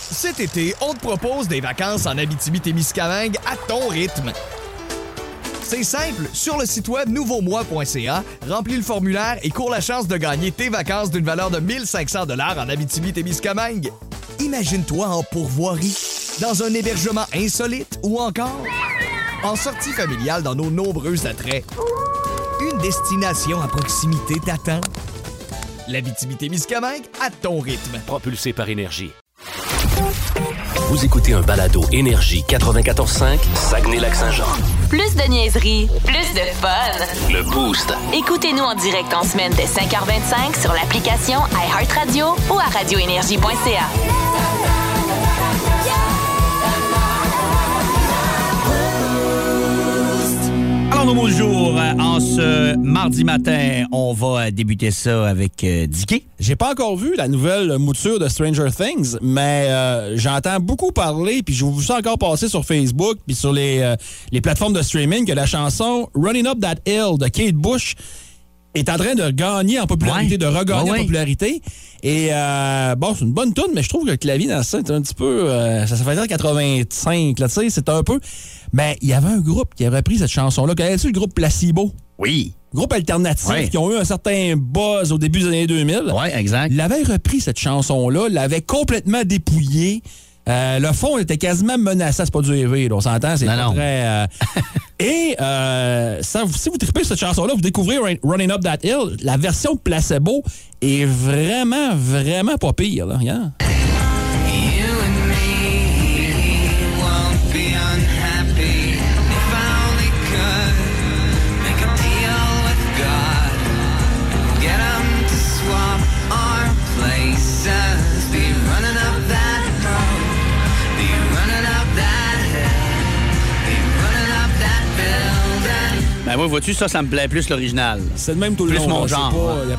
Cet été, on te propose des vacances en Abitibi-Témiscamingue à ton rythme. C'est simple, sur le site web nouveaumois.ca, remplis le formulaire et cours la chance de gagner tes vacances d'une valeur de 1 500 $ en Abitibi-Témiscamingue. Imagine-toi en pourvoirie, dans un hébergement insolite ou encore en sortie familiale dans nos nombreux attraits. Une destination à proximité t'attend. L'Abitibi-Témiscamingue à ton rythme. Propulsé par Énergie. Vous écoutez un balado Énergie 94.5 Saguenay-Lac-Saint-Jean. Plus de niaiserie, plus de fun. Le Boost. Écoutez-nous en direct en semaine dès 5h25 sur l'application iHeartRadio ou à radioénergie.ca. Alors, nos mots du jour, en ce mardi matin, on va débuter ça avec Dicky. J'ai pas encore vu la nouvelle mouture de Stranger Things, mais j'entends beaucoup parler, puis je vous ça encore passer sur Facebook, puis sur les plateformes de streaming, que la chanson Running Up That Hill de Kate Bush est en train de gagner en popularité, de regagner en popularité. Et bon, c'est une bonne toune, mais je trouve que le clavier dans ça est un petit peu... ça fait dire 85, là, tu sais, c'est un peu... Mais il y avait un groupe qui avait repris cette chanson-là. Connais-tu le groupe Placebo? Oui. Groupe alternatif qui ont eu un certain buzz au début des années 2000. Oui, exact. Il avait repris cette chanson-là, l'avait complètement dépouillée. Le fond était quasiment menaçant. C'est pas du EV, là, on s'entend, c'est pas très... Et si vous tripez cette chanson-là, vous découvrez Running Up That Hill. La version de Placebo est vraiment, vraiment pas pire. Là. Regarde. Ben moi, vois-tu, ça me plaît plus l'original. C'est le même tout le long. Plus mon genre.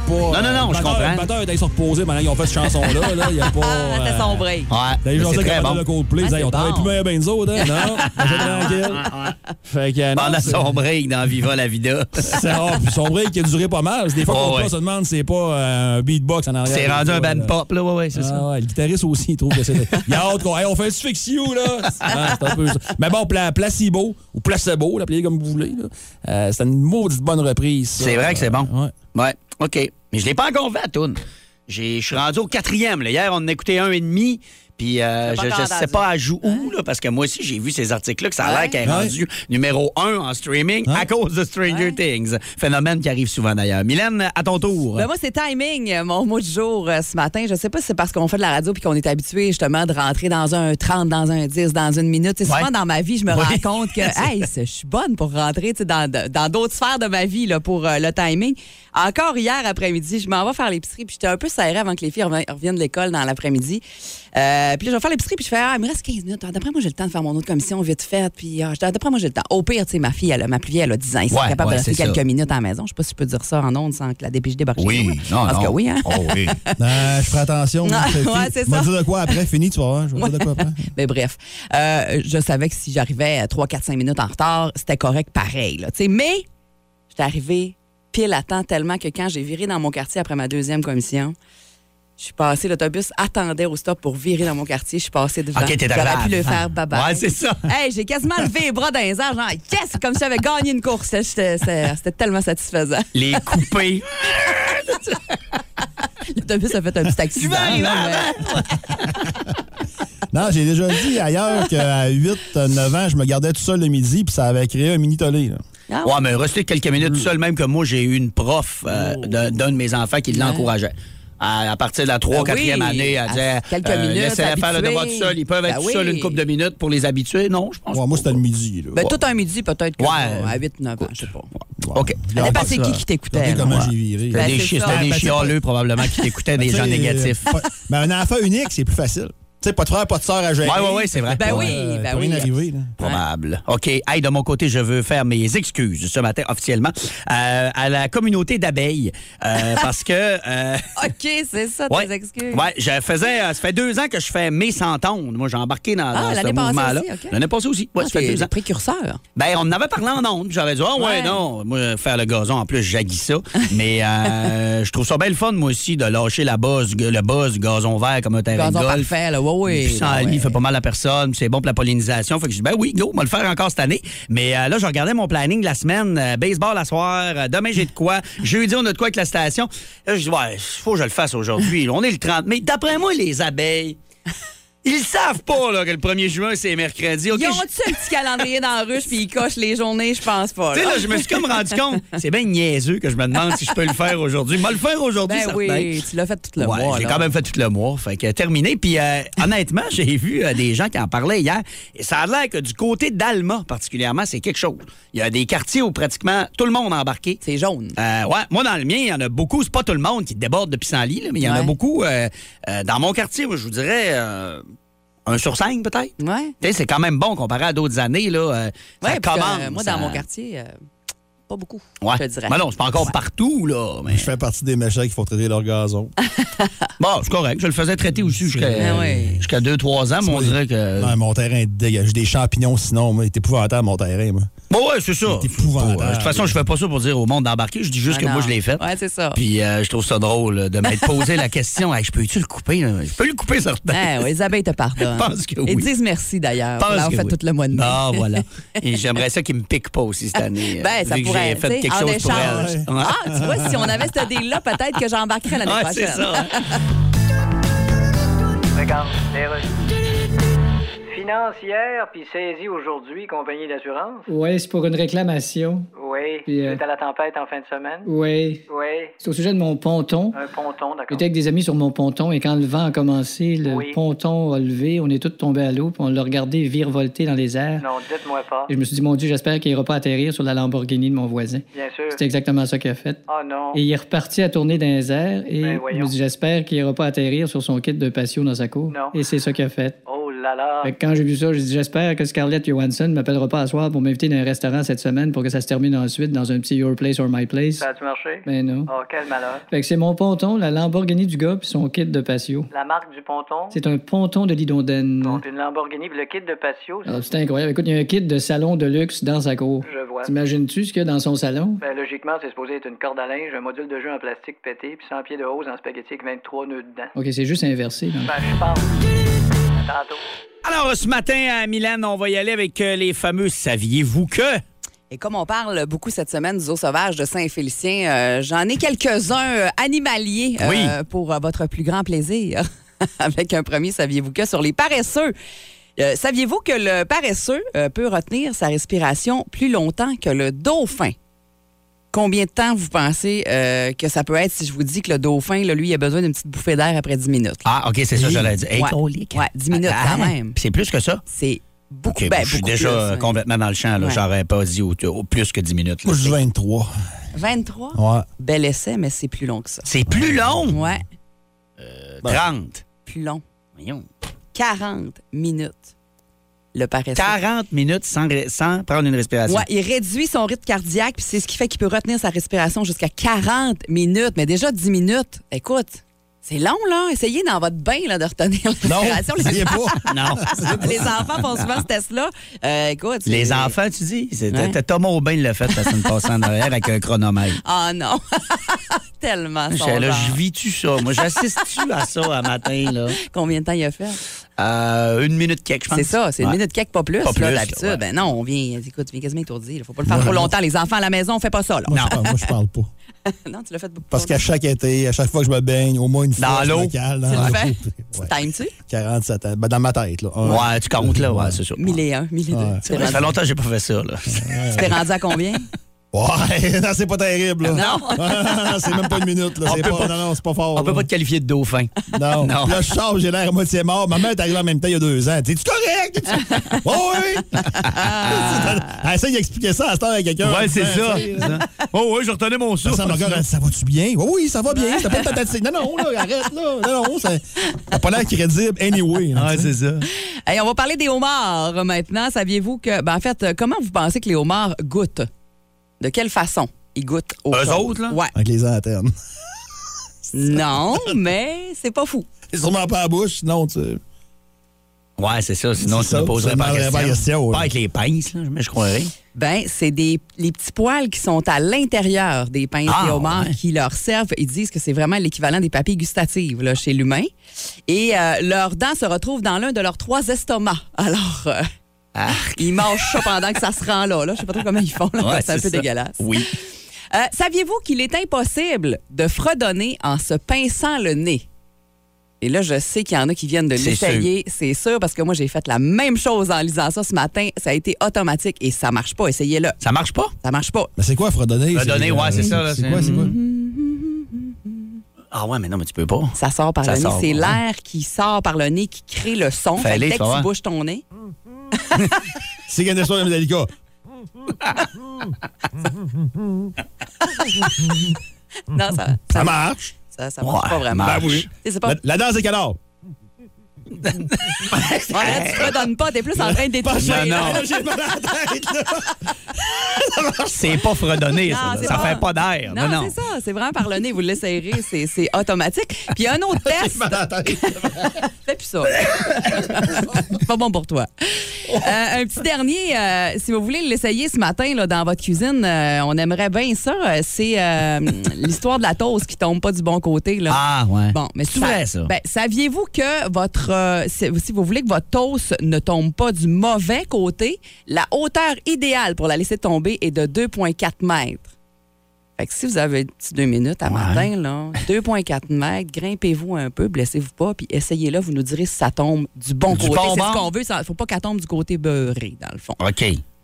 Non, je comprends. Le batteur était sur reposer pendant qu'ils ont fait cette chanson-là. Là, il y a pas... C'était sombré. Ouais, c'est très bon. Le Coldplay, on travaille bon. plus bien nous autres. Hein? Non, c'est tranquille. Fait que, pendant son break dans Viva la Vida. Puis son break qui a duré pas mal. Des fois, qu'on se demande si c'est pas un beatbox en arrière. C'est rendu un band pop, là. Ouais, c'est ça. Ouais, le guitariste aussi, il trouve que c'est... Il y a hâte qu'on... Hey, on fait un Fix-You, là. C'est un peu ça. Mais bon, Placebo, ou Placebo, l'appelez comme vous voulez, là. C'est une maudite bonne reprise. Ça. C'est vrai que c'est bon. Ouais. OK. Mais je l'ai pas encore fait, toune. Je suis rendu au 4e. Là. Hier, on en a écouté 1,5. Puis je sais pas à joue où, là, parce que moi aussi, j'ai vu ces articles-là que ça a l'air qu'elle est rendue numéro 1 en streaming à cause de Stranger Things. Phénomène qui arrive souvent d'ailleurs. Mylène, à ton tour. Ben moi, c'est timing, mon mot du jour ce matin. Je sais pas si c'est parce qu'on fait de la radio puis qu'on est habitué justement de rentrer dans un 30, dans un 10, dans une minute. T'sais, souvent dans ma vie, je me rends compte que je suis bonne pour rentrer dans d'autres sphères de ma vie là, pour le timing. Encore hier après-midi, je m'en vais faire l'épicerie puis j'étais un peu serrée avant que les filles reviennent de l'école dans l'après-midi. Puis là, je vais faire l'épicerie, puis je fais, il me reste 15 minutes. D'après moi, j'ai le temps de faire mon autre commission vite faite. Puis d'après moi, j'ai le temps. Au pire, tu sais, ma fille, ma plus vieille, elle a 10 ans. Elle est capable de rester quelques minutes à la maison. Je sais pas si je peux dire ça en ondes sans que la DPJ débarque. Oui, non. Parce que oui, hein? Oh oui. Je ferai attention. C'est ça. Je vais dire de quoi après, fini, tu vas voir. Je vais dire de quoi après. Mais bref, je savais que si j'arrivais 3, 4, 5 minutes en retard, c'était correct pareil. Là, mais j'étais arrivée pile à temps tellement que quand j'ai viré dans mon quartier après ma deuxième commission, je suis passée, l'autobus attendait au stop pour virer dans mon quartier. Je suis passée devant. OK, j'aurais pu le faire bye-bye. Ouais, c'est ça. Hey, j'ai quasiment levé les bras dans les airs, genre, yes! Comme si j'avais gagné une course. C'était tellement satisfaisant. Les coupés. L'autobus a fait un petit accident. Non, j'ai déjà dit ailleurs qu'à 8-9 ans, je me gardais tout seul le midi, puis ça avait créé un mini-tollé. Ouais, mais rester quelques minutes tout seul, même que moi, j'ai eu une prof d'un de mes enfants qui l'encourageait. À partir de la 4e année, elle disait quelques minutes, laissez-les faire le devoir tout seul. Ils peuvent être tout seuls une couple de minutes pour les habituer. Non, je pense pas. Moi, c'était le midi. Là. Tout un midi, peut-être que à 8-9 ans, je sais pas. OK. Ça dépend c'est qui t'écoutait. Comment j'ai viré. C'était des chialeux, probablement, qui t'écoutaient, des gens négatifs. Mais un enfant unique, c'est plus facile. Tu sais, pas de frère, pas de sœur à gérer. Oui, c'est vrai. Ben oui. Rien arrivé, là. Probable. OK. Hey, de mon côté, je veux faire mes excuses ce matin officiellement à la communauté d'abeilles parce que... OK, c'est ça, tes excuses. Oui, ça fait 2 ans que je fais mes Santondes. Moi, j'ai embarqué dans ce mouvement-là. Aussi, okay. L'année passée aussi. Ouais, ça fait 2 ans. Précurseur. Ben, on en avait parlé en ondes. J'avais dit, non. Moi, faire le gazon, en plus, j'haïs ça. Mais je trouve ça bien le fun, moi aussi, de lâcher le buzz du gazon vert comme un terrain de golf. Parfait, là. oui. Le pissenlit fait pas mal à personne, c'est bon pour la pollinisation. Fait que je dis, ben oui, go, on va le faire encore cette année. Mais là, je regardais mon planning de la semaine. Baseball à soir, demain, j'ai de quoi. Jeudi, on a de quoi avec la station. Là, je dis, ouais, faut que je le fasse aujourd'hui. On est le 30 mai. D'après moi, les abeilles... Ils savent pas là, que le 1er juin, c'est mercredi. Okay, ils ont-tu un petit calendrier dans la ruche puis ils cochent les journées? Je pense pas. Tu sais, là, je me suis comme rendu compte. C'est bien niaiseux que je me demande si je peux le faire aujourd'hui. Moi, le faire aujourd'hui, ben oui, tu l'as fait tout le mois. J'ai quand même fait tout le mois. Fait que terminé. Puis honnêtement, j'ai vu des gens qui en parlaient hier. Et ça a l'air que du côté d'Alma, particulièrement, c'est quelque chose. Il y a des quartiers où pratiquement tout le monde a embarqué. C'est jaune. Ouais. Moi, dans le mien, il y en a beaucoup. C'est pas tout le monde qui déborde de pissenlit, mais il y en a beaucoup. Dans mon quartier, moi, je vous dirais... 1 sur 5, peut-être. Ouais. C'est quand même bon comparé à d'autres années. Là, ça commence. Moi, dans mon quartier, pas beaucoup, ouais. je te dirais. Mais non, c'est pas encore partout. Là, mais... Je fais partie des méchants qui font traiter leur gazon. Bon, c'est correct. Je le faisais traiter aussi jusqu'à 2-3 ans, mais on dirait que... Non, mon terrain est dégueulasse. J'ai des champignons, sinon. Moi, il est épouvantable, mon terrain. Moi. Bon, ouais, c'est ça. C'est épouvantable. De toute façon, je fais pas ça pour dire au monde d'embarquer. Je dis juste que moi, je l'ai fait. Ouais, c'est ça. Puis je trouve ça drôle de m'être posé la question. Hey, je peux-tu le couper? Là? Je peux le couper, certain. Ouais, les abeilles te pardonnent. Je pense que oui. Ils disent merci, d'ailleurs. Pour l'avoir fait tout le mois de mai. Ah, voilà. Et j'aimerais ça qu'ils me piquent pas aussi cette année. Ben, ça pourrait être. J'ai fait quelque chose pour elle. Ah, tu vois, si on avait ce deal-là, peut-être que j'embarquerais l'année prochaine. C'est ça. Regarde, les financière, puis saisie aujourd'hui, compagnie d'assurance? Oui, c'est pour une réclamation. Oui. Puis, suite à la tempête en fin de semaine? Oui. Oui. C'est au sujet de mon ponton. Un ponton, d'accord. J'étais avec des amis sur mon ponton et quand le vent a commencé, le ponton a levé, on est tous tombés à l'eau, puis on l'a regardé virevolter dans les airs. Non, dites-moi pas. Et je me suis dit, mon Dieu, j'espère qu'il n'ira pas atterrir sur la Lamborghini de mon voisin. Bien sûr. C'est exactement ça qu'il a fait. Oh non. Et il est reparti à tourner dans les airs et Ben, je me dis, j'espère qu'il n'ira pas atterrir sur son kit de patio dans sa cour. Non. Et c'est ça qu'il a fait. Oh là là. Fait que quand j'ai vu ça, j'ai dit, j'espère que Scarlett Johansson ne m'appellera pas à soir pour m'inviter dans un restaurant cette semaine pour que ça se termine ensuite dans un petit Your Place or My Place. Ça a-tu marché? Ben non. Oh, quel malheur. Fait que c'est mon ponton, la Lamborghini du gars puis son kit de patio. La marque du ponton? C'est un ponton de Lidonden. Donc, une Lamborghini, puis le kit de patio. Ah, c'est incroyable. Écoute, il y a un kit de salon de luxe dans sa cour. Je vois. T'imagines-tu ce qu'il y a dans son salon? Ben, logiquement, c'est supposé être une corde à linge, un module de jeu en plastique pété, puis 100 pieds de hausse en spaghetti avec 23 nœuds dedans. OK, c'est juste inversé. Là. Ben, je pense. Tantôt. Alors, ce matin, à Milan, on va y aller avec les fameux « Saviez-vous que ». Et comme on parle beaucoup cette semaine du zoo sauvage de Saint-Félicien, j'en ai quelques-uns animaliers pour votre plus grand plaisir. Avec un premier « Saviez-vous que » sur les paresseux. Saviez-vous que le paresseux peut retenir sa respiration plus longtemps que le dauphin? Combien de temps vous pensez que ça peut être si je vous dis que le dauphin, là, lui, il a besoin d'une petite bouffée d'air après 10 minutes? Là. Ah, OK, c'est ça que j'allais dire. Hey, ouais, 10 minutes quand même. C'est plus que ça? C'est beaucoup, okay, je suis déjà complètement dans le champ. Là. J'aurais pas dit au plus que 10 minutes. Là. Moi, je dis 23. 23? Ouais. Bel essai, mais c'est plus long que ça. C'est plus long? Ouais. 30. Plus long. Voyons. 40 minutes. Le paresseux. 40 minutes sans prendre une respiration. Oui, il réduit son rythme cardiaque, puis c'est ce qui fait qu'il peut retenir sa respiration jusqu'à 40 minutes. Mais déjà 10 minutes, écoute, c'est long, là. Essayez dans votre bain là, de retenir la respiration. Non, essayez pas. Non. Les enfants font souvent ce test-là. Écoute, les enfants, tu dis? Thomas Aubin l'a fait la semaine passée en arrière avec un chronomètre. Ah non! Tellement là, je vis-tu ça? Moi, j'assiste-tu à ça à matin, là? Combien de temps il a fait? 1 minute quelque, je pense. C'est ça, c'est 1 minute quelque, pas plus. Pas plus, d'habitude. Ouais. Ben non, tu viens quasiment étourdi. Il faut pas le faire trop longtemps. Les enfants à la maison, on fait pas ça. Là. Moi, je parle pas. Non, tu l'as fait beaucoup. Parce qu'à chaque été, à chaque fois que je me baigne, au moins une fois, dans l'eau, tu le fais? Times-tu? 47 ans. Ben, dans ma tête, là. Ouais, tu comptes, là. Ouais, c'est ça. 1001, 1002. Ça fait longtemps que j'ai pas fait ça, là. Tu t'es rendu à combien? Ouais, non, c'est pas terrible, là. Non. C'est même pas une minute, là. Non, c'est pas fort. On peut pas te qualifier de dauphin. Non. Là, je sors, j'ai l'air à moitié mort. Ma mère est arrivée en même temps il y a 2 ans. T'es-tu correct? Oh oui! Essaye d'expliquer ça à cette heure à quelqu'un. Ouais, c'est ça. Oh oui, je retenais mon souffle. Ça va-tu bien? Oh, oui, ça va bien. T'as pas de tentative. Non, là, arrête, là. Non, t'as pas l'air crédible anyway. Ouais, c'est ça. Hey, on va parler des homards maintenant. Saviez-vous que, en fait, comment vous pensez que les homards goûtent? De quelle façon ils goûtent aux eux choses? autres, là? Ouais. Avec les antennes. Non, mais c'est pas fou. C'est sûrement pas à la bouche, sinon tu... Ouais, c'est ça. Sinon, tu ne poserais pas la question. Ouais. Pas avec les pinces, là, je croirais. Ben, c'est les petits poils qui sont à l'intérieur des pinces et homards qui leur servent. Ils disent que c'est vraiment l'équivalent des papilles gustatives là, chez l'humain. Et leurs dents se retrouvent dans l'un de leurs 3 estomacs. Alors, ils mangent ça pendant que ça se rend là. Je sais pas trop comment ils font. Là, c'est un peu dégueulasse. Oui. Saviez-vous qu'il est impossible de fredonner en se pinçant le nez? Et là, je sais qu'il y en a qui viennent de l'essayer. C'est sûr, parce que moi, j'ai fait la même chose en lisant ça ce matin. Ça a été automatique et ça marche pas. Essayez-le. Ça marche pas? Ça marche pas. Mais c'est quoi, fredonner? Fredonner, c'est ça. Là, c'est quoi? Ah ouais, mais non, mais tu peux pas. Ça sort par le nez. C'est l'air qui sort par le nez qui crée le son. Dès que tu bouges ton nez... C'est qu'il y a une histoire de Metallica. Non, ça marche. Ça marche pas vraiment. Ben oui. Pas... La danse des canards. Tu redonnes pas, t'es plus en train d'étouffer. Non. J'ai mal à la tête, là. C'est pas fredonner, ça fait pas d'air. Non, c'est ça. C'est vraiment par le nez. Vous l'essayerez, c'est automatique. Puis il y a un autre test. J'ai mal à la tête. Fais plus ça. Pas bon pour toi. Un petit dernier, si vous voulez l'essayer ce matin là, dans votre cuisine, on aimerait bien ça. C'est l'histoire de la toast qui tombe pas du bon côté. Là. Ah, ouais. Bon, mais c'est vrai, ça. Ben, saviez-vous que si vous voulez que votre toast ne tombe pas du mauvais côté, la hauteur idéale pour la laisser tomber est de 2,4 mètres. Fait que si vous avez 2 minutes à matin, là, 2,4 mètres, grimpez-vous un peu, blessez-vous pas, puis essayez-là, vous nous direz si ça tombe du bon côté. C'est ce qu'on veut. Il ne faut pas qu'elle tombe du côté beurré, dans le fond. OK.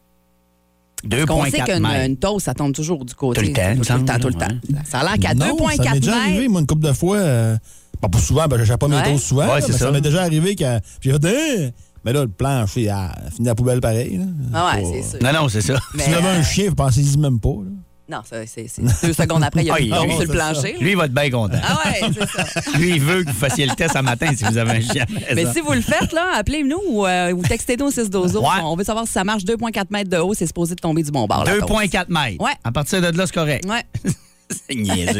2,4 mètres. On sait qu'une toast, ça tombe toujours du côté. Tout le temps. Ça a l'air qu'à 2,4 mètres. Ça m'est déjà arrivé, moi, une couple de fois. Pas souvent, je n'achète pas mes toasts souvent. Ouais, là, mais ça m'est déjà arrivé que j'ai fait mais là, le plancher a fini la poubelle pareil. Là. Ah ouais, c'est sûr. Non, c'est ça. Si vous avez un chien, vous pensez-y même pas. Là. Non, c'est 2 secondes après, il y a plus sur le plancher. Lui, il va être bien content. Ah ouais, c'est ça. Lui, il veut que vous fassiez le test ce matin si vous avez un chien. Mais si vous le faites, là, appelez-nous ou textez-nous au 612. Ouais. On veut savoir si ça marche 2,4 mètres de haut, c'est supposé de tomber du bon bord. 2,4 mètres. Ouais. À partir de là, c'est correct. Ouais. C'est niaiseux.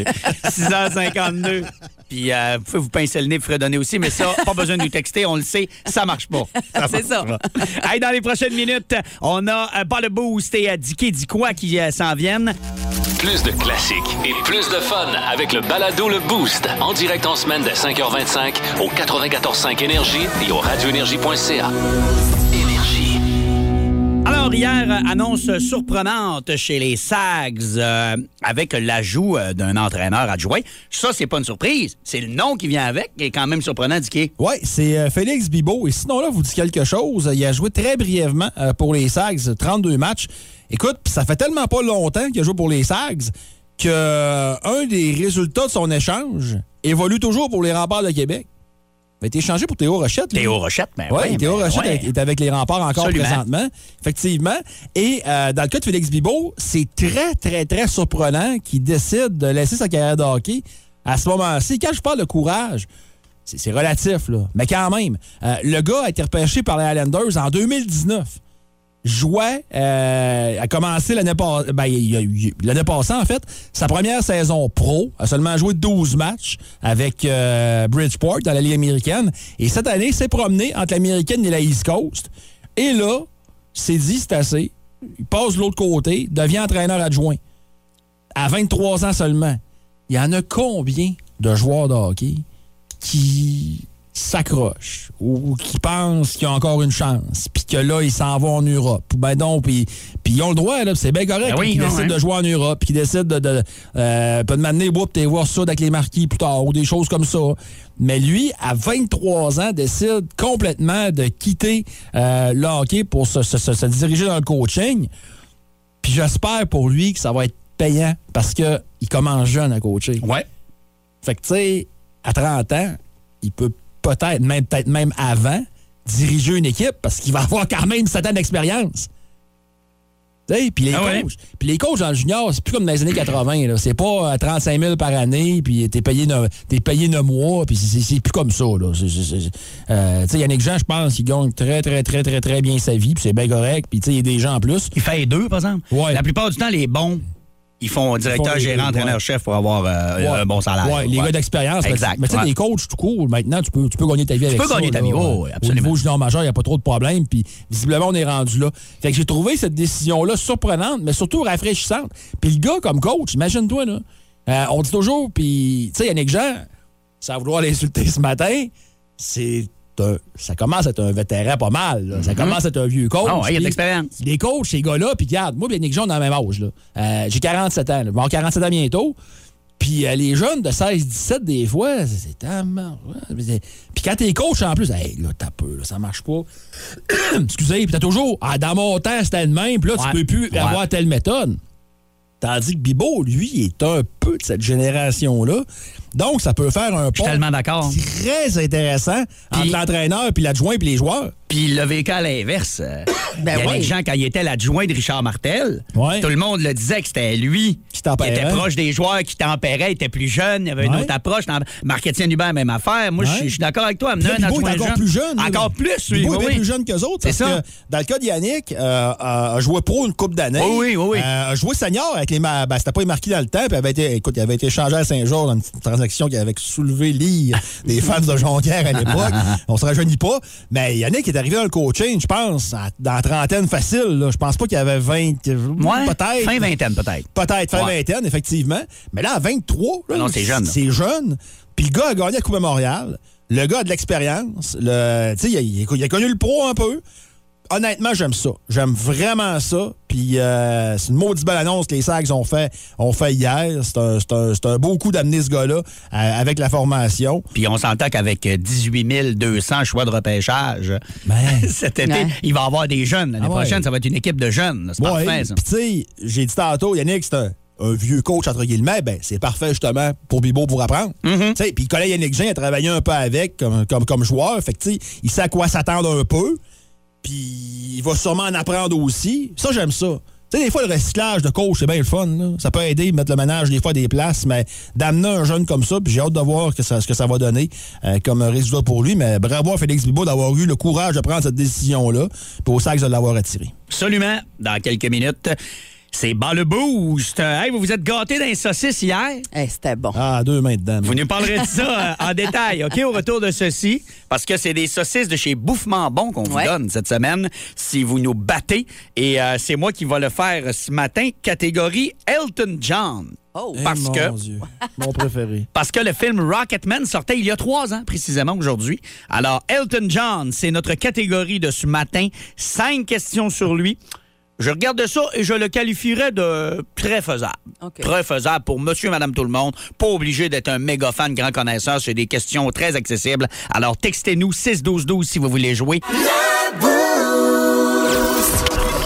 6h52. Puis, vous pouvez vous pincer le nez et fredonner aussi, mais ça, pas besoin de nous texter, on le sait, ça marche pas. C'est ça. Hey, dans les prochaines minutes, on a Pas le Boost et Dicky Diquois qui s'en viennent. Plus de classiques et plus de fun avec le balado Le Boost. En direct en semaine dès 5h25 au 94.5 Énergie et au radioénergie.ca. Énergie. Alors, hier, annonce surprenante chez les Sags avec l'ajout d'un entraîneur adjoint. Ça, c'est pas une surprise. C'est le nom qui vient avec qui est quand même surprenant, Dicky. Oui, c'est Félix Bibeau. Et sinon, là, vous dit quelque chose. Il a joué très brièvement pour les Sags, 32 matchs. Écoute, ça fait tellement pas longtemps qu'il a joué pour les Sags qu'un des résultats de son échange évolue toujours pour les Remparts de Québec. Il a été échangé pour Théo Rochette. Théo Rochette, mais oui. Théo Rochette est avec les Remparts encore présentement. Effectivement. Et dans le cas de Félix Bibeau, c'est très, très, très surprenant qu'il décide de laisser sa carrière de hockey à ce moment-ci. Quand je parle de courage, c'est relatif, là. Mais quand même, le gars a été repêché par les Islanders en 2019. Jouait, a commencé l'année passée, en fait, sa première saison pro, a seulement joué 12 matchs avec Bridgeport dans la Ligue américaine. Et cette année, s'est promené entre l'américaine et la East Coast. Et là, s'est dit, c'est assez. Il passe de l'autre côté, devient entraîneur adjoint. À 23 ans seulement. Il y en a combien de joueurs de hockey qui s'accrochent ou qui pensent qu'ils ont encore une chance, puis que là, ils s'en vont en Europe. Ben donc, puis ils ont le droit, là, c'est bien correct qu'ils décident de jouer en Europe, puis qu'ils décident de m'amener, t'es voir ça avec les marquis plus tard, ou des choses comme ça. Mais lui, à 23 ans, décide complètement de quitter le hockey pour se diriger dans le coaching. Puis j'espère pour lui que ça va être payant, parce qu'il commence jeune à coacher. Ouais. Fait que, tu sais, à 30 ans, il peut peut-être même avant, diriger une équipe parce qu'il va avoir quand même 7 ans d'expérience. Puis les coachs dans le junior, c'est plus comme dans les années 80. Là. C'est pas 35 000 par année, puis t'es payé 9 mois, puis c'est plus comme ça. Yannick Jean, je pense qu'il gagne très, très, très, très, très bien sa vie, puis c'est bien correct. Puis il y a des gens en plus. Il fait les deux, par exemple. Ouais. La plupart du temps, les bons Ils font directeur, gérant, entraîneur-chef pour avoir un bon salaire. Oui, les gars d'expérience. Exact. Mais tu sais, les coachs tout court, maintenant, tu peux gagner ta vie avec ça. Tu peux gagner ta vie, oui, absolument. Au niveau junior majeur, il n'y a pas trop de problèmes. Puis visiblement, on est rendu là. Fait que j'ai trouvé cette décision-là surprenante, mais surtout rafraîchissante. Puis le gars, comme coach, imagine-toi, là, on dit toujours, puis tu sais, Yannick Jean, sans vouloir l'insulter ce matin, ça commence à être un vétéran pas mal. Là. Ça commence à être un vieux coach. Il y a de l'expérience. Les coachs, ces gars-là, puis regarde, moi et Yannick Jean, on a le même âge. Là. J'ai 47 ans. Je vais avoir 47 ans bientôt. Puis les jeunes de 16-17, des fois, c'est tellement... Puis quand t'es coach, en plus, hey, là, t'as peu, là, ça marche pas. Excusez, puis t'as toujours... dans mon temps, c'était le même, puis là, tu peux plus avoir telle méthode. Tandis que Bibo, lui, est un peu de cette génération-là. Donc, ça peut faire un pont tellement d'accord. Très intéressant entre l'entraîneur, puis l'adjoint, puis les joueurs. Puis le vécu à l'inverse. Yannick Jean, quand il était l'adjoint de Richard Martel, tout le monde le disait que c'était lui qui était proche des joueurs, qui tempérait, était plus jeune, il y avait une autre approche. Marc-Étienne Hubert, même affaire. Moi, je suis d'accord avec toi. Bibo est encore plus jeune. Encore plus, lui. Bibo est bien plus jeune qu'eux autres. Parce que dans le cas de Yannick, a joué pro une couple d'années. Oui. A joué senior avec les... c'était pas marqué dans le temps, puis il avait été échangé à Saint-Jean dans une transaction qui avait soulevé l'ire des fans de Jonquière à l'époque. On se rajeunit pas. Mais Yannick est arrivé dans le coaching, je pense, dans la trentaine facile. Là. Je pense pas qu'il y avait 20... peut-être. Fin vingtaine, peut-être. Peut-être, fin vingtaine, effectivement. Mais là, à 23... Là, non, c'est jeune. C'est jeune. Puis le gars a gagné la Coupe Memorial. Le gars a de l'expérience. Il a connu le pro un peu. Honnêtement, j'aime ça. J'aime vraiment ça. Puis c'est une maudite belle annonce que les Sags ont fait hier. C'est un beau coup d'amener ce gars-là avec la formation. Puis on s'entend qu'avec 18 200 choix de repêchage, cet été, il va y avoir des jeunes. L'année prochaine, ça va être une équipe de jeunes. C'est parfait, ça. Puis tu sais, j'ai dit tantôt, Yannick, c'est un vieux coach, entre guillemets, c'est parfait, justement, pour Bibo pour apprendre. Puis il connaît Yannick Jean, il a travaillé un peu avec comme joueur. Fait que il sait à quoi s'attendre un peu. Puis il va sûrement en apprendre aussi. Ça, j'aime ça. Tu sais, des fois, le recyclage de coach, c'est bien le fun. Là. Ça peut aider à mettre le ménage des fois des places, mais d'amener un jeune comme ça, puis j'ai hâte de voir ce que ça va donner comme résultat pour lui. Mais bravo à Félix Bibo d'avoir eu le courage de prendre cette décision-là, puis au Sags de l'avoir attiré. Absolument. Dans quelques minutes, c'est Bas le Boost. Hey, vous vous êtes gâtés d'un saucisse hier? C'était bon. 2 mains dedans. Vous nous parlerez de ça en détail, OK, au retour de ceci, parce que c'est des saucisses de chez Bouffement Bon qu'on vous donne cette semaine, si vous nous battez. Et c'est moi qui va le faire ce matin, catégorie Elton John. Parce que... Mon Dieu, mon préféré. Parce que le film Rocketman sortait il y a 3 ans, précisément aujourd'hui. Alors, Elton John, c'est notre catégorie de ce matin. 5 questions sur lui. Je regarde ça et je le qualifierais de très faisable. Okay. Très faisable pour monsieur, madame, tout le monde. Pas obligé d'être un méga fan, grand connaisseur. C'est des questions très accessibles. Alors, textez-nous 6-12-12 si vous voulez jouer. Le Boost!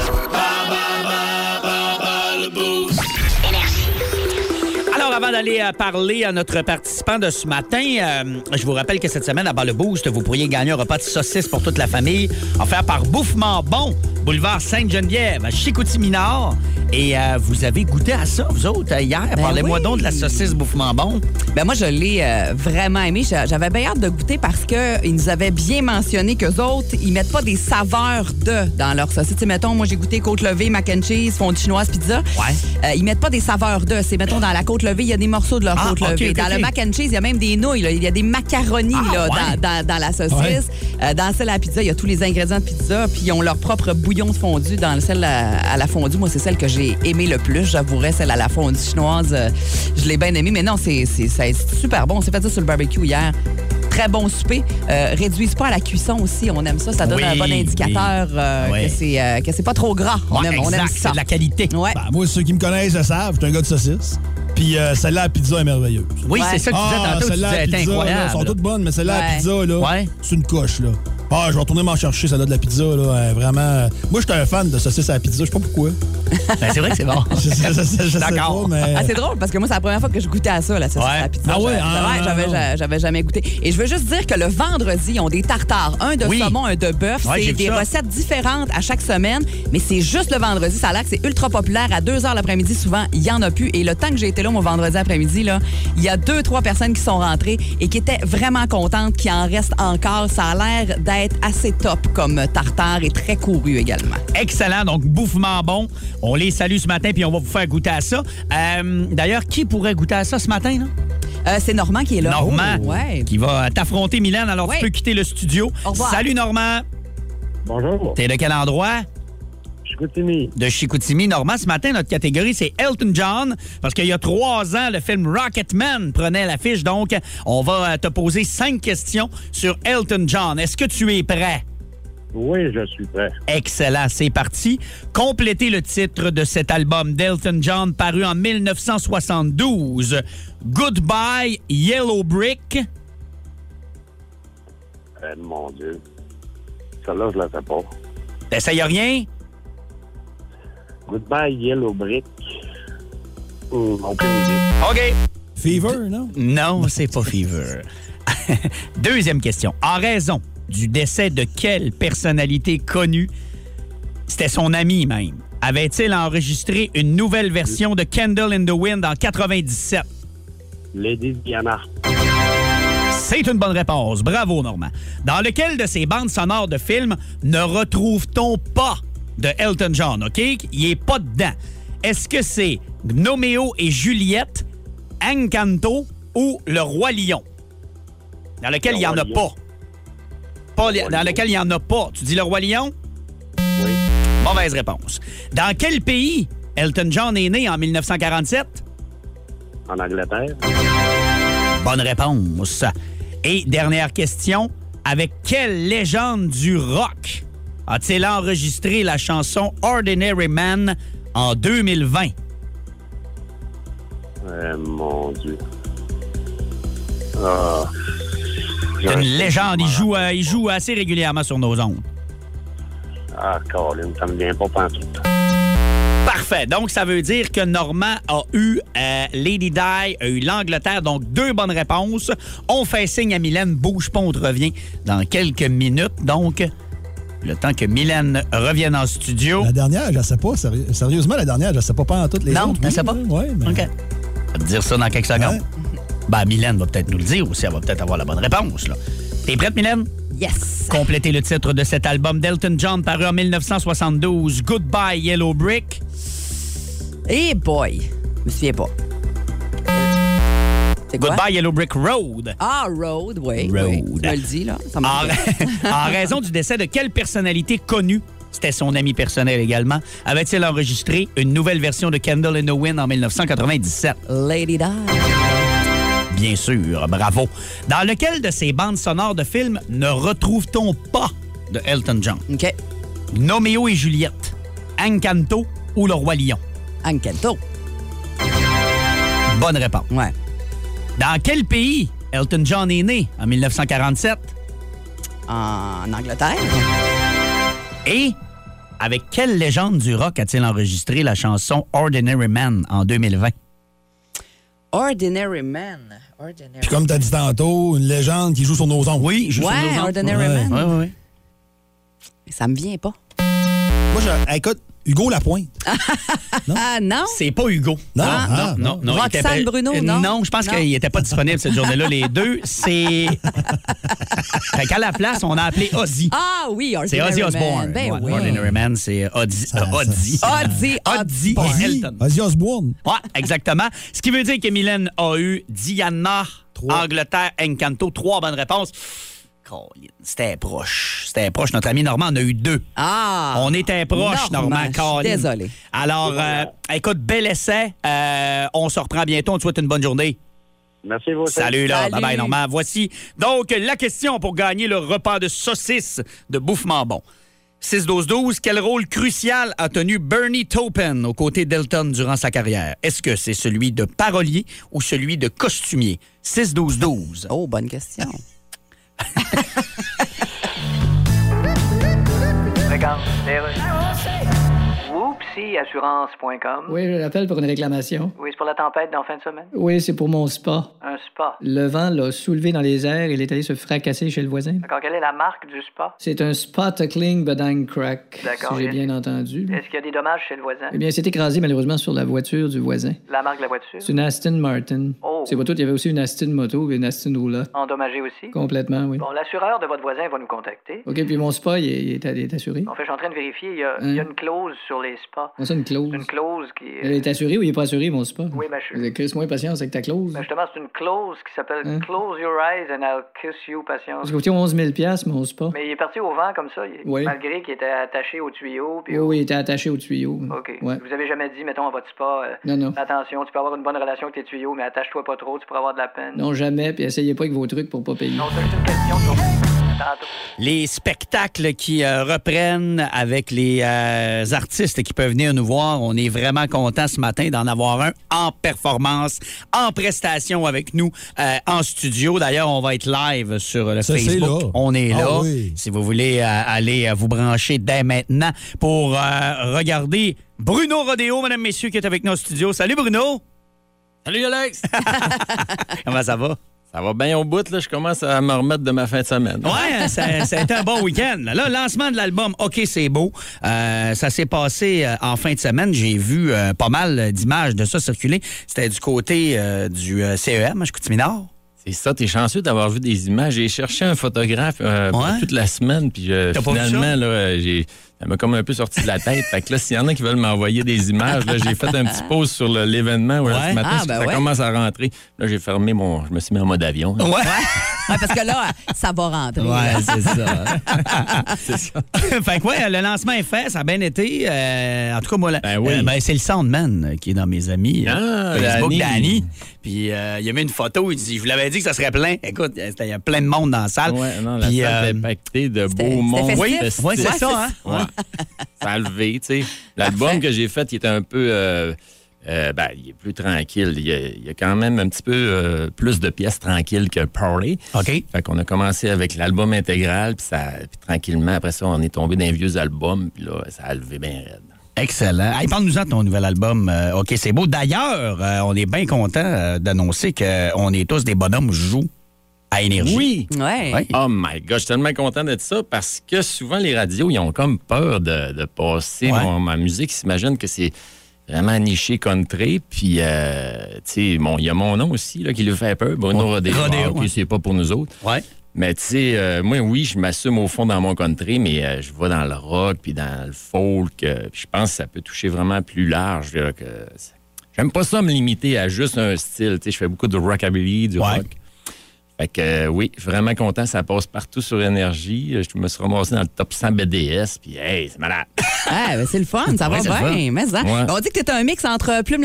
Le Boost! Alors, avant d'aller parler à notre participant de ce matin, je vous rappelle que cette semaine, à Bas le Boost, vous pourriez gagner un repas de saucisses pour toute la famille, offert par Bouffement Bon, boulevard Sainte-Geneviève, à Chicoutimi-Nord. Et vous avez goûté à ça, vous autres, hier. Parlez-moi donc de la saucisse Bouffement Bon. Moi, je l'ai vraiment aimé. J'avais bien hâte de goûter parce qu'ils nous avaient bien mentionné qu'eux autres, ils mettent pas des saveurs dans leur saucisse. T'sais, mettons, moi, j'ai goûté côte levée, mac and cheese, fondue chinoise, pizza. Ils mettent pas des saveurs C'est, mettons, dans la côte levée, il y a des morceaux de leur côte levée. Dans le mac and cheese, il y a même des nouilles. Il y a des macaronis dans la saucisse. Dans celle à la pizza, il y a tous les ingrédients de pizza. Puis ils ont leur propre bouillon de fondue. Dans celle à la fondue, moi, c'est celle que j'ai aimée le plus. J'avouerais, celle à la fondue chinoise, je l'ai bien aimée. Mais non, c'est super bon. On s'est fait ça sur le barbecue hier. Très bon souper. Réduisez pas à la cuisson aussi. On aime ça. Ça donne un bon indicateur que c'est pas trop gras. On aime ça. C'est de la qualité. Moi, ceux qui me connaissent le savent. Je suis un gars de saucisse. Puis celle-là à pizza est merveilleuse. Oui, c'est ça que tu disais tantôt. Celle-là à pizza, elles sont toutes bonnes, mais celle-là à pizza, c'est une coche. Là. Je vais retourner m'en chercher, celle-là de la pizza. Là, vraiment. Moi, je suis un fan de saucisse à la pizza. Je sais pas pourquoi. C'est vrai que c'est bon. Je D'accord. Pas, mais... c'est drôle parce que moi, c'est la première fois que je goûtais à ça, la saucisse à la pizza. J'avais jamais goûté. Et je veux juste dire que le vendredi, ils ont des tartares. Un de saumon, un de bœuf. C'est des recettes différentes à chaque semaine, mais c'est juste le vendredi. Ça a l'air que c'est ultra populaire. À 2h l'après-midi, souvent, il y en a plus. Et le temps que j'ai été là, mon vendredi après-midi, là, il y a 2-3 personnes qui sont rentrées et qui étaient vraiment contentes qu'il en reste encore. Ça a l'air d'être être assez top comme tartare et très couru également. Excellent. Donc, bouffement bon. On les salue ce matin, puis on va vous faire goûter à ça. D'ailleurs, qui pourrait goûter à ça ce matin, là? C'est Normand qui est là. Normand, ouais. qui va t'affronter, Mylène. Alors, ouais. Tu peux quitter le studio. Au revoir. Salut, Normand. Bonjour. T'es de quel endroit? Chicoutimi. De Chicoutimi. Normand, ce matin, notre catégorie, c'est Elton John. Parce qu'il y a 3 ans, le film Rocketman prenait l'affiche. Donc, on va te poser 5 questions sur Elton John. Est-ce que tu es prêt? Oui, je suis prêt. Excellent, c'est parti. Complétez le titre de cet album d'Elton John paru en 1972. Goodbye, Yellow Brick. Mon Dieu. Celle-là, je la sais pas. T'essayes rien? Goodbye, Yellow Brick. Aucune idée. OK. Fever, non? Non, c'est pas Fever. Deuxième question. En raison du décès de quelle personnalité connue, c'était son ami même, avait-il enregistré une nouvelle version de Candle in the Wind en 97? Lady Diana. C'est une bonne réponse. Bravo, Normand. Dans lequel de ces bandes sonores de films ne retrouve-t-on pas de Elton John, OK? Il est pas dedans. Est-ce que c'est Gnomeo et Juliette, Encanto ou Le Roi Lion? Dans lequel il n'y en a pas. Dans lequel il n'y en a pas. Tu dis Le Roi Lion? Oui. Mauvaise réponse. Dans quel pays Elton John est né en 1947? En Angleterre. Bonne réponse. Et dernière question. Avec quelle légende du rock a-t-il enregistré la chanson Ordinary Man en 2020? Mon Dieu. C'est une légende. Il joue assez régulièrement sur nos ondes. Colin, ça me vient pas pantoute. Parfait. Donc, ça veut dire que Normand a eu Lady Di, a eu l'Angleterre. Donc, 2 bonnes réponses. On fait signe à Mylène. Bouge pas, on te revient dans quelques minutes. Donc, le temps que Mylène revienne en studio. La dernière, je ne sais pas. Sérieusement, la dernière, je ne sais pas en toutes les autres. Non, je ne sais pas? Oui, mais... OK. On va te dire ça dans quelques secondes. Ouais. Ben, Mylène va peut-être nous le dire aussi. Elle va peut-être avoir la bonne réponse, là. T'es prête, Mylène? Yes. Complétez le titre de cet album d'Elton John paru en 1972. Goodbye, Yellow Brick. Eh boy, je me souviens pas. C'est quoi? Goodbye, Yellow Brick Road. Ah, Road, oui. Road. Oui. Tu me le dis, là. Ça En raison du décès de quelle personnalité connue, c'était son ami personnel également, avait-il enregistré une nouvelle version de Candle in the Wind en 1997? Lady Di. Bien sûr, bravo. Dans lequel de ces bandes sonores de films ne retrouve-t-on pas de Elton John? OK. Gnomeo et Juliette, Encanto ou Le Roi Lion? Encanto. Bonne réponse. Ouais. Dans quel pays Elton John est né en 1947? En Angleterre. Et avec quelle légende du rock a-t-il enregistré la chanson Ordinary Man en 2020? Ordinary Man. Puis comme tu as dit tantôt, une légende qui joue sur nos ondes. Oui, il joue sur nos ondes. Ordinary Man. Oui. Ça me vient pas. Moi, écoute, Hugo Lapointe. Non? Ah, non? C'est pas Hugo. Non, non. Roxane Bruno, non? Non, je pense qu'il n'était pas disponible cette journée-là. Les deux, c'est... Fait qu'à la place, on a appelé Ozzy. Ah oui, Ordinary C'est Ozzy Man. Osbourne. Ben oui. Ordinary Man, c'est Ozzy. Ozzy et Elton. Ozzy Osbourne. Ouais, exactement. Ce qui veut dire que Mylène a eu Diana, Angleterre, Encanto. 3 bonnes réponses. C'était proche. Notre ami Normand en a eu 2. Ah! On était proche, Normand. Désolé. Alors, écoute, bel essai. On se reprend bientôt. On te souhaite une bonne journée. Merci, vous aussi. Salut, là. Salut. Bye-bye, Normand. Voici donc la question pour gagner le repas de saucisses de Bouffement Bon. 6-12-12, quel rôle crucial a tenu Bernie Taupin aux côtés d'Elton durant sa carrière? Est-ce que c'est celui de parolier ou celui de costumier? 6-12-12. Oh, bonne question. Regarde, Oups! CIassurance.com. Oui, je l'appelle pour une réclamation. Oui, c'est pour la tempête d'en fin de semaine. Oui, c'est pour mon spa. Un spa. Le vent l'a soulevé dans les airs et il est allé se fracasser chez le voisin. D'accord, quelle est la marque du spa? C'est un Spa-Tuckling Bedang Crack, D'accord, si j'ai bien entendu. Est-ce qu'il y a des dommages chez le voisin? Eh bien, c'est écrasé malheureusement sur la voiture du voisin. La marque de la voiture? C'est une Aston Martin. Oh. C'est pas tout, il y avait aussi une Aston Moto et une Aston roulotte. Endommagé aussi? Complètement, oui. Bon, l'assureur de votre voisin va nous contacter. OK, puis mon spa, il est assuré? En fait, je suis en train de vérifier. Il y a une clause sur les spas. Comment ça, une clause? Une clause qui... Elle est assurée ou il est pas assuré, mon spa? Oui, Chris, moins patience avec ta clause. Justement, c'est une clause qui s'appelle Close your eyes and I'll kiss you, patience. Ça coûtait 11 000 mon spa. Mais il est parti au vent comme ça, oui. Malgré qu'il était attaché au tuyau. Puis oui, il était attaché au tuyau. OK. Ouais. Vous avez jamais dit, mettons, à votre spa, non. Attention, tu peux avoir une bonne relation avec tes tuyaux, mais attache-toi pas trop, tu pourras avoir de la peine. Non, jamais, puis essayez pas avec vos trucs pour pas payer. Non, c'est une question sur... Les spectacles qui reprennent avec les artistes qui peuvent venir nous voir. On est vraiment content ce matin d'en avoir un en performance, en prestation avec nous en studio. D'ailleurs, on va être live sur le Facebook. On est là. Oui. Si vous voulez aller vous brancher dès maintenant pour regarder Bruno Rodeo, mesdames, messieurs, qui est avec nous en studio. Salut Bruno! Salut Alex! Comment ça va? Ça va bien au bout, là. Je commence à me remettre de ma fin de semaine. Ouais, ça a été un bon week-end. Là, lancement de l'album OK, c'est beau. Ça s'est passé en fin de semaine. J'ai vu pas mal d'images de ça circuler. C'était du côté du CEM, à Chicoutimi-Nord. C'est ça, t'es chanceux d'avoir vu des images. J'ai cherché un photographe toute la semaine, puis finalement, là, ça m'a comme un peu sorti de la tête. Fait que là, s'il y en a qui veulent m'envoyer des images, là, j'ai fait un petit pause sur l'événement ce matin, ça commence à rentrer. Là, j'ai fermé je me suis mis en mode avion. Ouais. Parce que là, ça va rentrer. Ouais, c'est ça. C'est ça. Fait que le lancement est fait, ça a bien été. En tout cas, moi, c'est le Soundman qui est dans mes amis. Facebook Danny. Puis il a mis une photo, il dit, je vous l'avais dit que ça serait plein. Écoute, il y a plein de monde dans la salle. Ouais, non, la salle était pactée de beau monde. Oui, c'est ça, hein? Ouais. Ça a levé, tu sais. L'album que j'ai fait, il était un peu... il est plus tranquille. Il y a quand même un petit peu plus de pièces tranquilles que Parley. OK. Fait qu'on a commencé avec l'album intégral, puis tranquillement, après ça, on est tombé dans les vieux albums, puis là, ça a levé bien raide. Excellent. Hey, parle-nous-en de ton nouvel album. OK, c'est beau. D'ailleurs, on est bien content d'annoncer qu'on est tous des bonhommes jouent à Énergie. Oui. Ouais. Oh my God, je suis tellement content d'être ça parce que souvent, les radios, ils ont comme peur de passer ma musique. Ils s'imaginent que c'est vraiment niché country. Puis, tu sais, il y a mon nom aussi là, qui lui fait peur. Bruno Rodeo. OK, c'est pas pour nous autres. Ouais. Mais tu sais, moi, oui, je m'assume au fond dans mon country, mais je vais dans le rock puis dans le folk. Puis je pense que ça peut toucher vraiment plus large. Là, j'aime pas ça me limiter à juste un style. Tu sais, je fais beaucoup de rockabilly, du rock. Fait que oui, vraiment content, ça passe partout sur Énergie. Je me suis ramassé dans le top 100 BDS, puis hey, c'est malade. C'est le fun, ça va bien. Mais ça. Ouais. On dit que t'es un mix entre Plume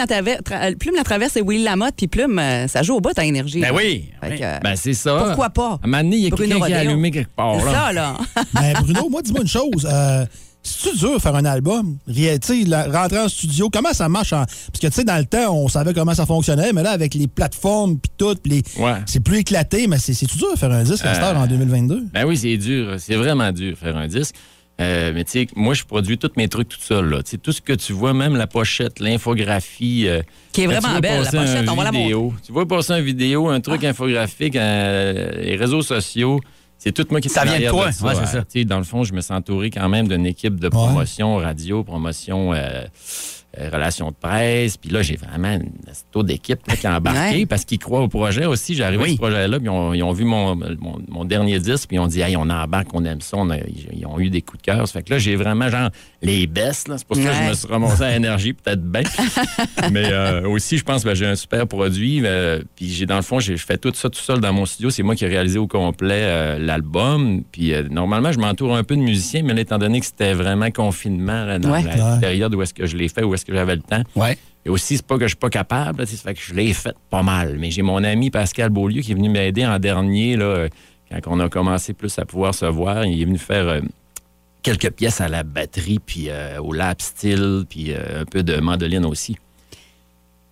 la Traverse et Willy Lamotte, puis Plume, ça joue au bout à Énergie. Ben oui. C'est ça. Pourquoi pas? À un moment donné, il y a quelqu'un qui a allumé quelque part. C'est ça, là. Mais Bruno, moi, dis-moi une chose. C'est-tu dur de faire un album? Rentrer en studio, comment ça marche? Parce que, tu sais, dans le temps, on savait comment ça fonctionnait, mais là, avec les plateformes puis tout, c'est plus éclaté, mais c'est-tu dur de faire un disque à cette heure en 2022? Ben oui, c'est dur. C'est vraiment dur de faire un disque. Mais tu sais, moi, je produis tous mes trucs tout seul. Là. Tout ce que tu vois, même la pochette, l'infographie... qui est vraiment belle, la pochette, on va la montrer. Tu vois passer une vidéo, un truc infographique, les réseaux sociaux... C'est tout moi qui ça vient de toi, c'est ça. Dans le fond, je me suis entouré quand même d'une équipe de promotion radio, promotion relations de presse. Puis là, j'ai vraiment une taux d'équipe qui a embarqué parce qu'ils croient au projet aussi. J'arrive à ce projet-là, puis ils ont vu mon dernier disque, puis ils ont dit « Hey, on embarque, on aime ça. » Ils ont eu des coups de cœur. Ça fait que là, j'ai vraiment genre les best. C'est pour ça que je me suis ramassé à Énergie, peut-être bien. Mais aussi, je pense que j'ai un super produit. Puis dans le fond, j'ai fait tout ça tout seul dans mon studio. C'est moi qui ai réalisé au complet l'album. Puis normalement, je m'entoure un peu de musiciens, mais là, étant donné que c'était vraiment confinement dans la période où est-ce que je l'ai fait, où est-ce que j'avais le temps. Ouais. Et aussi, c'est pas que je suis pas capable, ça fait que je l'ai fait pas mal. Mais j'ai mon ami Pascal Beaulieu qui est venu m'aider en dernier, là, quand on a commencé plus à pouvoir se voir. Il est venu faire quelques pièces à la batterie, puis au lap steel, puis un peu de mandoline aussi.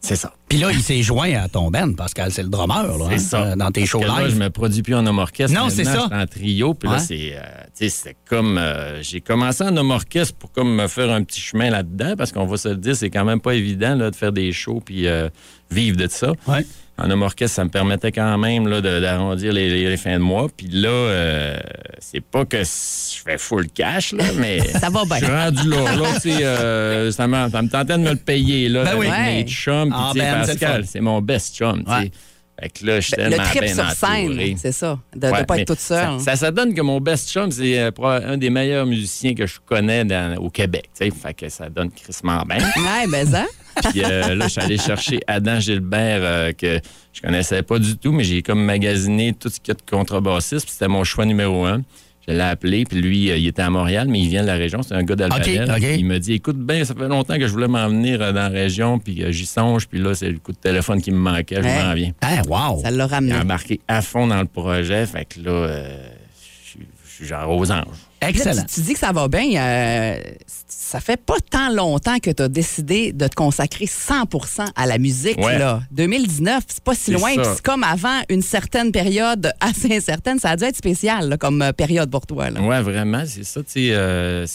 C'est ça. Puis là, il s'est joint à ton band, Pascal, c'est le drummer, là. C'est ça. Dans tes shows live. Là, je me produis plus en homme orchestre. Non, c'est ça. Je suis en trio. Puis là, c'est comme... j'ai commencé en homme orchestre pour comme me faire un petit chemin là-dedans, parce qu'on va se le dire, c'est quand même pas évident là, de faire des shows puis vivre de ça. Ouais. En homme orchestre, ça me permettait quand même là, d'arrondir les fins de mois. Puis là, c'est pas que je fais full cash, là, mais ça va bien. Je suis rendu là. Tu sais, ça me tentait de me le payer là, avec mes chums. Puis, tu sais, Pascal, c'est mon best chum. Ouais. Fait que là, je suis tellement le trip bien sur scène, entouré. c'est ça, de ne pas être toute seule. Ça donne que mon best chum, c'est un des meilleurs musiciens que je connais au Québec. T'sais. Fait que ça donne crissement bien. Ouais, ben ça. Puis là, je suis allé chercher Adam Gilbert, que je connaissais pas du tout, mais j'ai comme magasiné tout ce qu'il y a de contrebassiste, puis c'était mon choix numéro 1. Je l'ai appelé, puis lui, il était à Montréal, mais il vient de la région, c'est un gars d'Albadelle. Okay. Il me dit, écoute, ben, ça fait longtemps que je voulais m'en venir dans la région, puis j'y songe, puis là, c'est le coup de téléphone qui me manquait, je m'en viens. Wow! Ça l'a ramené. Il a embarqué à fond dans le projet, fait que là, je suis genre aux anges. Excellent. Là, tu dis que ça va bien. Ça fait pas tant longtemps que tu as décidé de te consacrer 100% à la musique. Ouais. Là. 2019, c'est pas si loin. Puis c'est comme avant une certaine période assez incertaine. Ça a dû être spécial là, comme période pour toi. Oui, vraiment, c'est ça. Tu sais,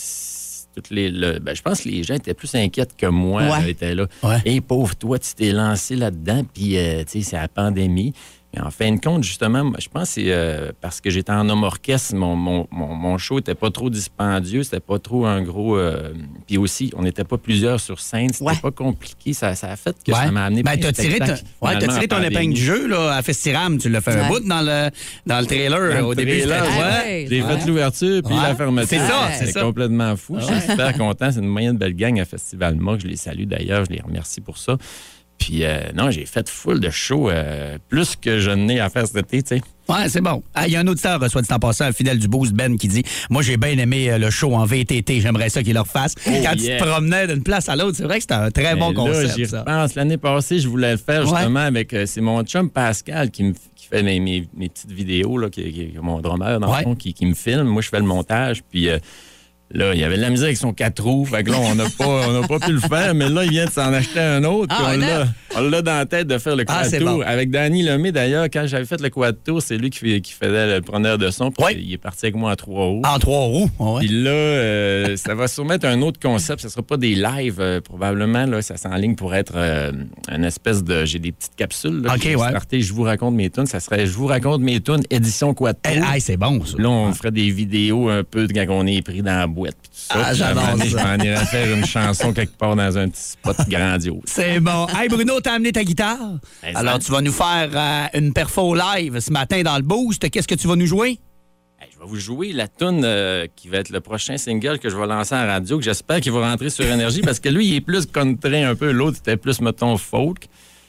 je pense que les gens étaient plus inquiets que moi. Étaient là. Hey, pauvre toi, tu t'es lancé là-dedans, puis tu sais, c'est la pandémie. Mais en fin de compte, justement, je pense que c'est parce que j'étais en homme orchestre, mon show n'était pas trop dispendieux, c'était pas trop un gros... puis aussi, on n'était pas plusieurs sur scène, c'était pas compliqué. Ça a fait que ça m'a amené... Ben, t'as tiré ton épingle du jeu là, à Festiram, tu l'as fait un bout dans le trailer au début. J'ai fait l'ouverture, puis la fermeture. C'est ça. Complètement fou. Je suis super content. C'est une moyenne belle gang à Festival Mock. Je les salue d'ailleurs, je les remercie pour ça. Puis, non, j'ai fait full de shows, plus que je n'ai à faire cet été, tu sais. Ouais, c'est bon. Il y a un auditeur, soit dit en passant, un fidèle du Boost, Ben, qui dit « Moi, j'ai bien aimé le show en VTT. J'aimerais ça qu'il le refasse. Quand tu te promenais d'une place à l'autre, c'est vrai que c'était un très bon concept, j'y repense. L'année passée, je voulais le faire justement avec... c'est mon chum Pascal qui fait mes petites vidéos, là, qui est mon drummer, dans le fond, qui me filme. Moi, je fais le montage, puis... là, il y avait de la musique avec son 4 roues. Fait que là, on n'a pas pu le faire, mais là, il vient de s'en acheter un autre. On l'a dans la tête de faire le quad tour. Bon. Avec Danny Lemay, d'ailleurs, quand j'avais fait le quad tour, c'est lui qui faisait le preneur de son. Puis il est parti avec moi en 3 roues. En 3 roues, oui. Puis là, ça va sûrement être un autre concept. Ce ne sera pas des lives, probablement. Là, ça s'enligne pour être une espèce de... J'ai des petites capsules. Là, je vous raconte mes tunes. Ça serait Je vous raconte mes tunes, édition quad tour. C'est bon, ça. Là, on ferait des vidéos un peu quand on est pris dans la boîte. Puis tout ça. J'adore ça. Je m'en irais faire une chanson quelque part dans un petit spot grandiose. C'est bon. Hey Bruno, t'as amené ta guitare. Alors, tu vas nous faire une perfo live ce matin dans le Boost. Qu'est-ce que tu vas nous jouer? Je vais vous jouer la toune qui va être le prochain single que je vais lancer en radio, que j'espère qu'il va rentrer sur Énergie, parce que lui, il est plus country un peu. L'autre, c'était plus, mettons, folk.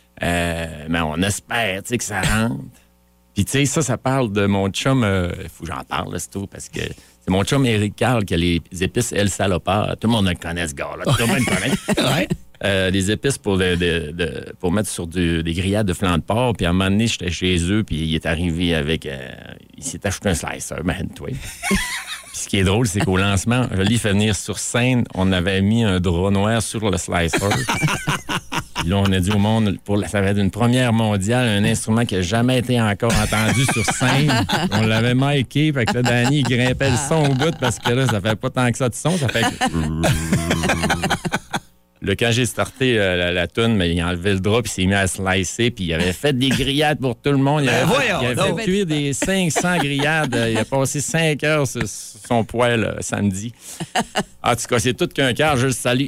Mais on espère, que ça rentre. Puis, tu sais, ça parle de mon chum... Il faut que j'en parle, là, c'est tout, parce que c'est mon chum Éric Carl qui a les épices El Salopard. Tout le monde le connaît, ce gars-là. Tout le monde le connaît. Des épices pour mettre sur des grillades de flanc de porc. Puis à un moment donné, j'étais chez eux, puis il est arrivé avec... il s'est acheté un slicer, man-toi. Puis ce qui est drôle, c'est qu'au lancement, je l'ai fait venir sur scène. On avait mis un drap noir sur le slicer. Puis là, on a dit au monde, ça va être une première mondiale, un instrument qui n'a jamais été encore entendu sur scène. On l'avait miké, fait que là, Danny, il grimpait le son au bout parce que là, ça fait pas tant que ça de son, ça fait que... Là, quand j'ai starté la toune, il a enlevé le drap, puis il s'est mis à slicer, puis il avait fait des grillades pour tout le monde. Il avait fait cuire des 500 grillades. Il a passé 5 heures sur son poêle samedi. En tout cas, c'est tout qu'un quart, je le salue.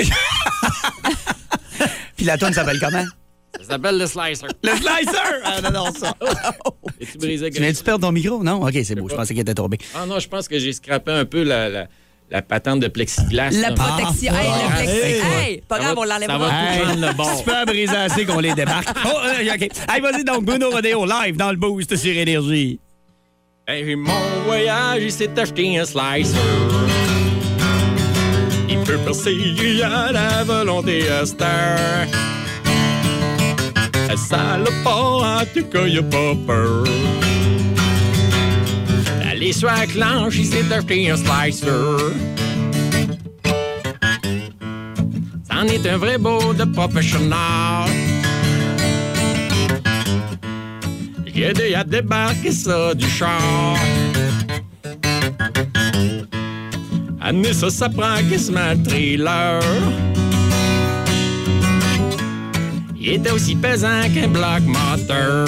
Puis la toune s'appelle comment? Ça s'appelle le slicer. Le slicer! Ah, non, ça. Es-tu brisé? Tu viens-tu perdre ton micro? Non? OK, c'est beau. Je pensais qu'il était tombé. Ah non, je pense que j'ai scrappé un peu la patente de plexiglas. La protection. Pas grave, on l'enlève. Ça va tout prendre le bord. Super brisé assez qu'on les débarque. OK. Hey, vas-y donc, Bruno Rodeo live dans le Boost sur Énergie. Hey, mon voyage, il s'est acheté un slicer. Il peut passer à la volonté à cette heure. Ça le pas, en tout cas, y'a pas peur. Allez sur la clanche, il s'est acheté un slicer. C'en est un vrai beau de professionnel. J'ai aidé à débarquer ça du char. Amener ça prend quasiment un trailer. Il était aussi pesant qu'un bloc moteur.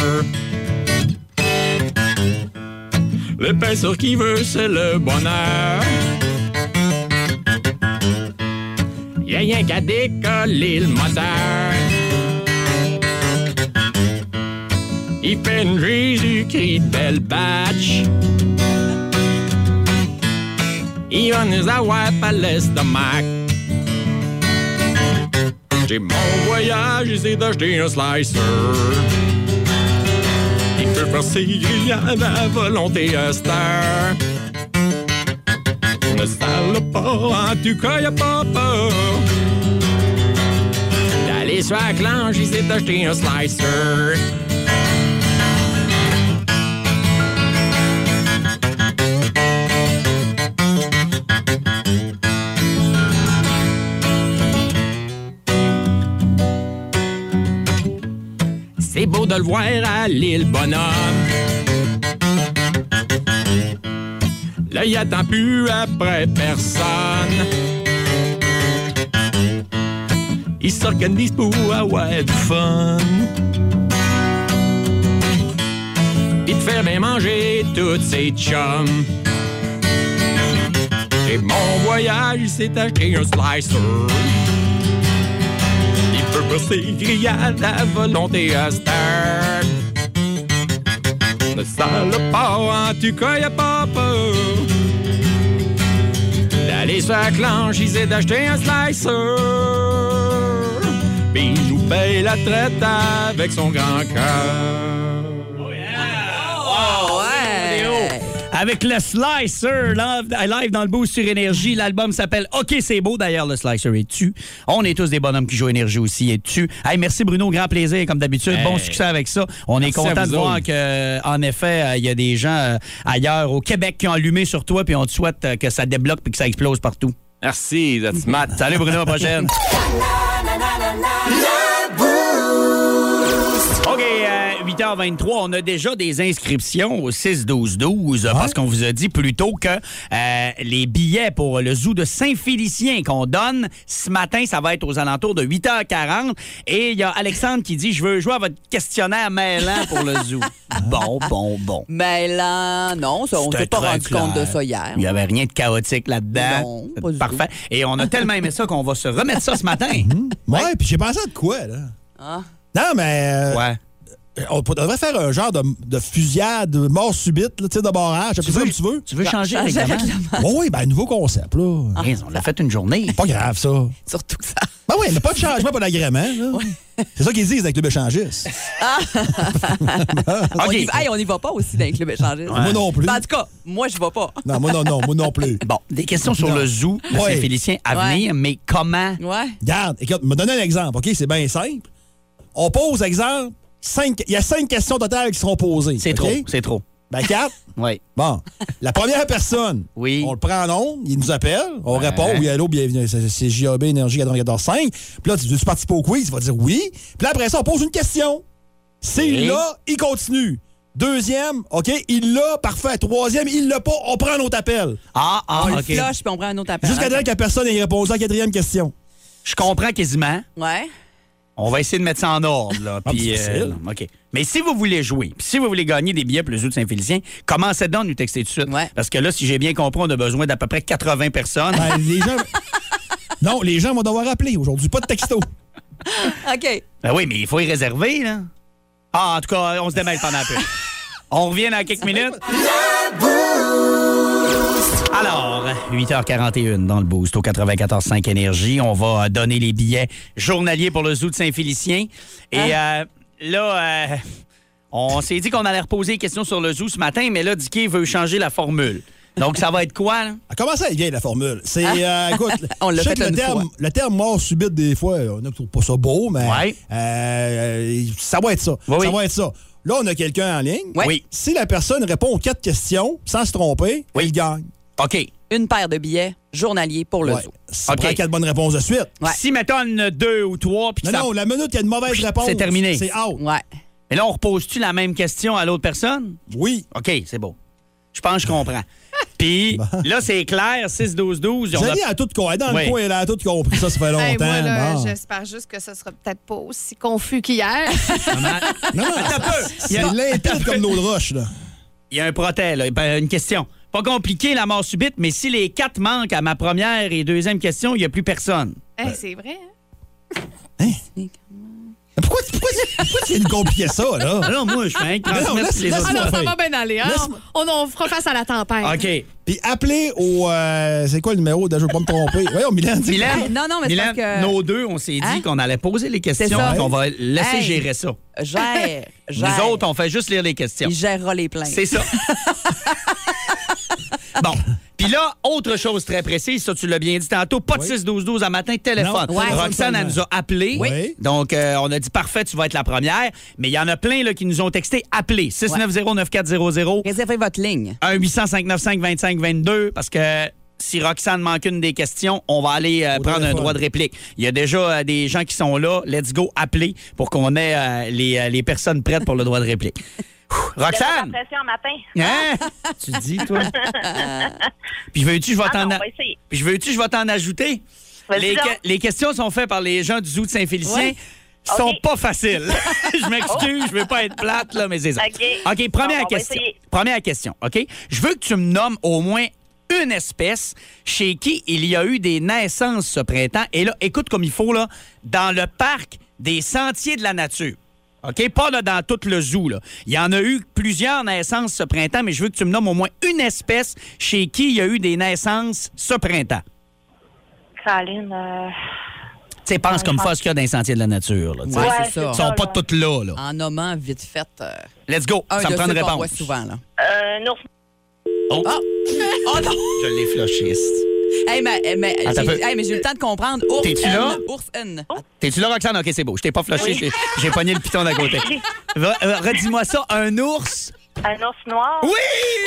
Le pain sur qui veut, c'est le bonheur. Y'a rien qu'à décoller le moteur. Il fait une Jésus-Christ de belle batch. Il va nous avoir pas l'estomac. J'ai mon voyage, j'essaie d'acheter un slicer. Il peut faire ses grillades à volonté à cette heure. Ne sale pas, en tout cas, y'a pas peur d'aller sur la clanche, j'essaie d'acheter un slicer. C'est beau de le voir à l'île Bonhomme. Là, il attend plus après personne. Il s'organise pour avoir du fun. Puis te faire bien manger toutes ses chums. Et mon voyage, il s'est acheté un slicer. Il peut passer grillade à volonté à cette heure. Ne sale pas, en tout cas, y'a pas peur d'aller sur la clanche, il s'est d'acheter un slicer. Puis il nous paye la traite avec son grand cœur. Oh yeah! Oh ouais! Avec le Slicer, live dans le Boost sur Énergie. L'album s'appelle OK, c'est beau. D'ailleurs, le Slicer est dessus. On est tous des bonhommes qui jouent Énergie aussi. Est dessus. Hey, merci Bruno, grand plaisir comme d'habitude. Bon succès avec ça. On est content de voir qu'en effet, il y a des gens ailleurs au Québec qui ont allumé sur toi puis on te souhaite que ça débloque puis que ça explose partout. Merci, that's Matt. Salut Bruno, à la prochaine. OK, 8h23, on a déjà des inscriptions au 6-12-12 parce qu'on vous a dit plus tôt que les billets pour le zoo de Saint-Félicien qu'on donne ce matin, ça va être aux alentours de 8h40. Et il y a Alexandre qui dit « Je veux jouer à votre questionnaire mêlant pour le zoo. » Bon. Mêlant, non, ça, on ne s'est pas rendu compte de ça hier. Il n'y avait rien de chaotique là-dedans. Non, pas du parfait. tout. Et on a tellement aimé ça qu'on va se remettre ça ce matin. Ouais, puis j'ai pensé à de quoi, là? Ah. Non, mais... Ouais. On devrait faire un genre de fusillade, mort subite, là, de barrage. Tu veux, comme tu veux. Tu veux changer le règlement? Oui, ben nouveau concept, là. On l'a fait une journée. Pas grave, ça. Surtout que ça. Ben oui, mais pas de changement, pas d'agrément. Ouais. C'est ça qu'ils disent avec le club échangiste. Okay. On y va pas aussi dans les clubs échangistes. Ouais. Moi non plus. Ben, en tout cas, moi, je vais pas. Non, moi non plus. Bon, des questions sur le zoo de Saint-Félicien à venir, mais comment? Ouais. Regarde, écoute, me donner un exemple, OK? C'est bien simple. On pose, exemple, il y a 5 questions totales qui seront posées. C'est okay? c'est trop. Ben, 4? Oui. Bon. La première personne, on le prend en ondes, il nous appelle, on répond, oui, allô, bienvenue, c'est JAB Énergie 94.5. Puis là, tu participes au quiz, il va dire oui. Puis là, après ça, on pose une question. S'il l'a, il continue. Deuxième, OK, il l'a, parfait. Troisième, il l'a pas, on prend un autre appel. On le flush, puis on prend un autre appel. Jusqu'à dire que la personne ait répondu à la 4e question. Je comprends quasiment. Ouais. On va essayer de mettre ça en ordre, là. Puis, OK. Mais si vous voulez jouer, puis si vous voulez gagner des billets pour le zoo de Saint-Félicien, commencez donc à nous texter tout de suite. Ouais. Parce que là, si j'ai bien compris, on a besoin d'à peu près 80 personnes. Ben, les gens... Non, les gens vont devoir appeler aujourd'hui, pas de texto. OK. Ben oui, mais il faut y réserver, là. En tout cas, on se démêle pendant un peu. On revient dans quelques minutes. Alors, 8h41 dans le Boost au 94.5 Énergie. On va donner les billets journaliers pour le zoo de Saint-Félicien. Et là, on s'est dit qu'on allait reposer des questions sur le zoo ce matin, mais là, Dicky veut changer la formule. Donc, ça va être quoi, là? Comment ça, il vient, la formule? C'est, écoute, on l'a fait le terme mort subite, des fois, on ne trouve pas ça beau, mais ça va être ça. Oui. Ça va être ça. Là, on a quelqu'un en ligne. Oui. Si la personne répond aux 4 questions sans se tromper, il gagne. OK. Une paire de billets journaliers pour le zoo. Ça prend 4 bonnes réponses de suite. Ouais. Si, mettons, 2 ou 3... Non, la minute qu'il y a une mauvaise réponse, c'est terminé. C'est out. Ouais. Mais là, on repose-tu la même question à l'autre personne? Oui. OK, c'est beau. Je pense que je comprends. Puis là, c'est clair, 6-12-12. Jenny a tout compris. Dans le coin, elle a tout compris. Ça fait longtemps. Hey, moi, là, j'espère juste que ça sera peut-être pas aussi confus qu'hier. Non, attends un peu. C'est limpide comme l'eau de roche, là. Il y a un protège, là. Une question. Pas compliqué, la mort subite, mais si les 4 manquent à ma première et deuxième question, il n'y a plus personne. Hey, c'est vrai, hein? Pourquoi tu viens de compliquer ça, là? Non, moi, je fais un transmettre les autres. Alors, ça va bien aller, hein? On fera face à la tempête. OK. Puis appelez au... c'est quoi le numéro? Je ne veux pas me tromper. Voyons, Mylène. Non, mais c'est parce que... Nos deux, on s'est dit qu'on allait poser les questions et qu'on va laisser gérer ça. Gère. Nous autres, on fait juste lire les questions. Il gérera les plaintes. C'est ça. Bon. Puis là, autre chose très précise, ça tu l'as bien dit tantôt, pas de 6-12-12 à matin, téléphone. Roxane, elle nous a appelés. Oui. Donc, on a dit parfait, tu vas être la première. Mais il y en a plein là, qui nous ont texté appelez. 690-9400. Réservez votre ligne. 1-800-595-2522 parce que si Roxane manque une des questions, on va aller prendre un droit de réplique. Il y a déjà des gens qui sont là. Let's go, appeler pour qu'on ait les personnes prêtes pour le droit de réplique. Roxane! Pression matin. Hein? Tu dis, toi? Puis veux-tu, je vais t'en ajouter? Les questions sont faites par les gens du zoo de Saint-Félicien. Sont pas faciles. Je m'excuse, je veux pas être plate, là, mais c'est ça. OK, première question. Première question, OK? Je veux que tu me nommes au moins une espèce chez qui il y a eu des naissances ce printemps. Et là, écoute comme il faut, là, dans le parc des Sentiers de la Nature. OK? Pas là, dans tout le zoo. Là. Il y en a eu plusieurs naissances ce printemps, mais je veux que tu me nommes au moins une espèce chez qui il y a eu des naissances ce printemps. Caroline, Tu sais, pense comme ça ce qu'il y a dans les Sentiers de la Nature. Là, c'est ça. Ils sont pas toutes là. En nommant vite fait... Let's go. Ça me prend une réponse. On voit souvent, là. non. Oh non! Je l'ai flushé. Hey, mais j'ai eu le temps de comprendre. T'es-tu là? Ours-N. T'es-tu là, Roxane? OK, c'est beau. Je t'ai pas flushé. J'ai pogné le piton d'à côté. Redis-moi ça. Un ours? Un ours noir? Oui!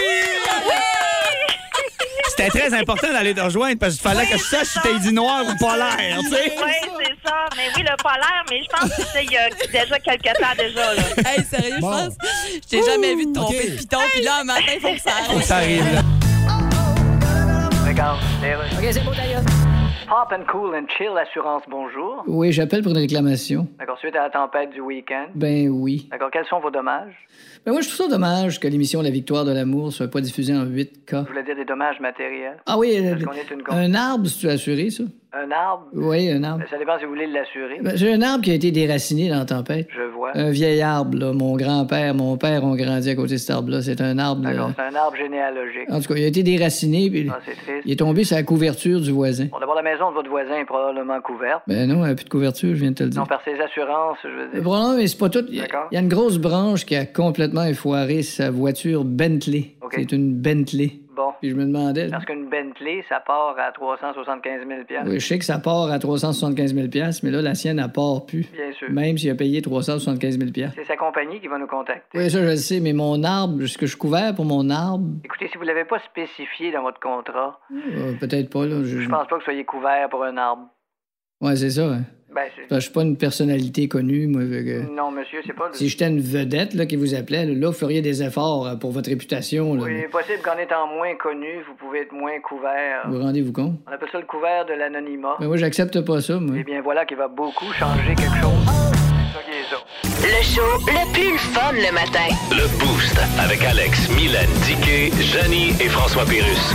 C'était très important d'aller te rejoindre parce qu'il fallait que je sache si t'as dit noir ou polaire, tu sais. Oui, c'est ça. Mais oui, le polaire, mais je pense que c'est il y a déjà quelques temps déjà. Là. Hey, sérieux, je pense. Je t'ai jamais vu te tromper de piton, puis là, un matin, il faut que ça arrive. Faut que ça arrive, là. Regarde, OK, c'est beau d'ailleurs. Pop and Cool and Chill Assurance, bonjour. Oui, j'appelle pour une réclamation. D'accord, suite à la tempête du week-end. Ben oui. D'accord, quels sont vos dommages? Ben moi, je trouve ça dommage que l'émission La Victoire de l'amour soit pas diffusée en 8K. Je voulais dire des dommages matériels. Ah oui, Parce qu'on est une un arbre, c'est-tu assuré, ça? Un arbre? Oui, un arbre. Ça dépend si vous voulez l'assurer. Ben, j'ai un arbre qui a été déraciné dans la tempête. Je vois. Un vieil arbre, là. Mon grand-père, mon père ont grandi à côté de cet arbre-là. C'est un arbre... D'accord, c'est un arbre généalogique. En tout cas, il a été déraciné, puis c'est triste. il est tombé sur la couverture du voisin. Bon, d'abord, la maison de votre voisin est probablement couverte. Ben non, elle n'a plus de couverture, je viens de te le dire. Non, par ses assurances, je veux dire. Non, mais c'est pas tout. D'accord. Il y a une grosse branche qui a complètement effoiré sa voiture Bentley. OK. C'est une Bentley. Bon. Puis je me demandais... Parce qu'une Bentley, ça part à 375 000 Oui, je sais que ça part à 375 000 mais là, la sienne, elle part plus. Bien sûr. Même s'il a payé 375 000 C'est sa compagnie qui va nous contacter. Oui, ça, je le sais, mais mon arbre, est-ce que je suis couvert pour mon arbre? Écoutez, si vous ne l'avez pas spécifié dans votre contrat... Peut-être pas, là. Je pense pas que vous soyez couvert pour un arbre. Oui, c'est ça, hein. Ben, je suis pas une personnalité connue, moi. Non, monsieur, c'est pas... Si j'étais une vedette là, qui vous appelait, là, vous feriez des efforts pour votre réputation. Là, oui, possible qu'en étant moins connu, vous pouvez être moins couvert. Vous rendez-vous compte? On appelle ça le couvert de l'anonymat. Mais moi, j'accepte pas ça, moi. Eh bien, voilà qui va beaucoup changer quelque chose. C'est ça qui est ça. Le show le plus fun le matin. Le Boost avec Alex, Mylène, Diquet, Janie et François Pérus.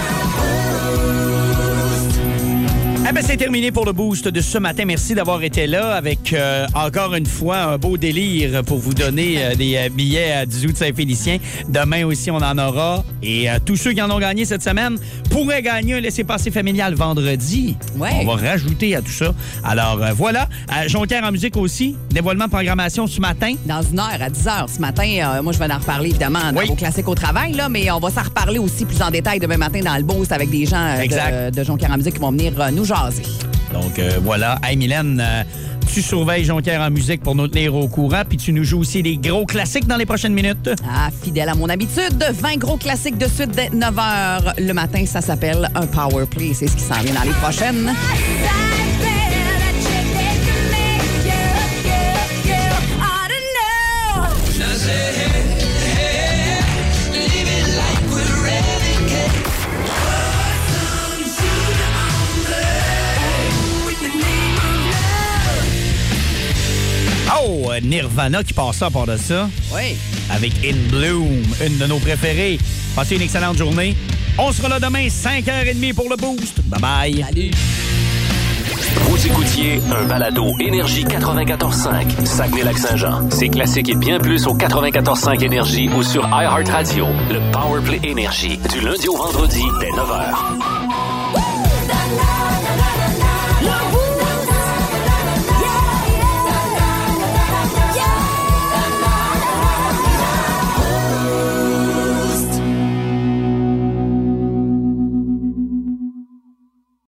Eh bien, c'est terminé pour le Boost de ce matin. Merci d'avoir été là avec, encore une fois, un beau délire pour vous donner des billets du zoo de Saint-Félicien. Demain aussi, on en aura. Et tous ceux qui en ont gagné cette semaine pourraient gagner un laissez-passer familial vendredi. Ouais. On va rajouter à tout ça. Alors, voilà. Jonquière en musique aussi. Dévoilement de programmation ce matin. Dans une heure, à 10 h ce matin. Moi, je vais en reparler, évidemment, dans vos classiques au travail, là, mais on va s'en reparler aussi plus en détail demain matin dans le Boost avec des gens de Jonquière en musique qui vont venir nous jaser. Donc, voilà. Hey, Mylène, tu surveilles Jonquière en musique pour nous tenir au courant, puis tu nous joues aussi des gros classiques dans les prochaines minutes. Ah, fidèle à mon habitude, 20 gros classiques de suite dès 9 h le matin. Ça s'appelle un Power Play. C'est ce qui s'en vient dans les prochaines. Oh, Nirvana qui passe ça à part de ça. Oui. Avec In Bloom, une de nos préférées. Passez une excellente journée. On sera là demain, 5h30 pour le Boost. Bye-bye. Salut. Vous écoutiez un balado Énergie 94.5, Saguenay-Lac-Saint-Jean. C'est classique et bien plus au 94.5 Énergie ou sur iHeartRadio. Le Powerplay Énergie, du lundi au vendredi, dès 9h.